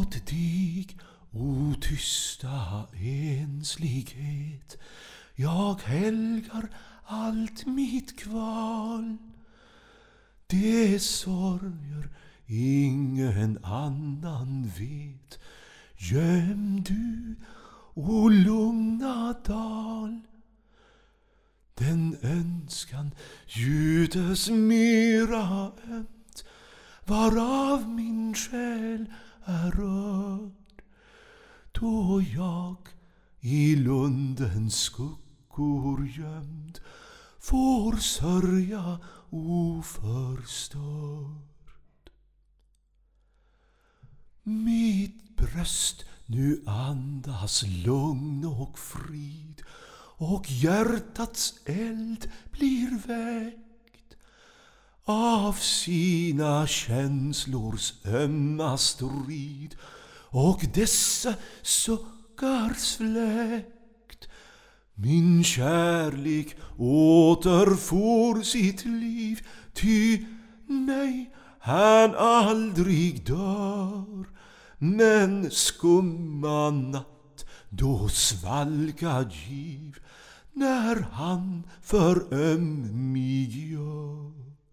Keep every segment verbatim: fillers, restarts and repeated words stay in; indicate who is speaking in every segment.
Speaker 1: åt dig, o tysta enslighet, jag helgar allt mitt kval. Det sorger ingen annan vet, göm du, o lugna dal. Den önskan ljudes mera ömt, varav min själ är rörd, då jag i lundens skuggor gömd får sörja oförstörd. Mitt bröst nu andas lugn och frid, och hjärtats eld blir väckt av sina känslors ömma strid, och dessa suckars fläkt. Min kärlek återfår sitt liv, ty nej, han aldrig dör. Men skumma natt, då svalka giv, när han för öm mig gör.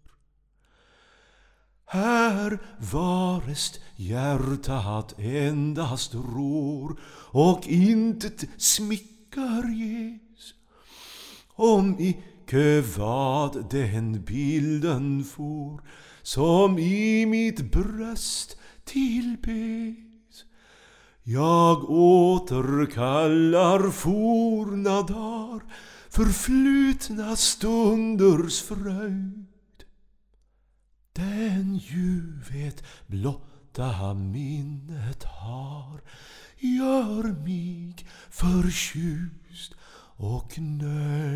Speaker 1: Här varest hjärtat endast rår, och intet smickar ges, om icke vad den bilden får, som i mitt bröst tillbes. Jag återkallar forna dagar, förflutna stunders fröjd. Den ljuvet blotta minnet har gör mig förtjust och nöjd.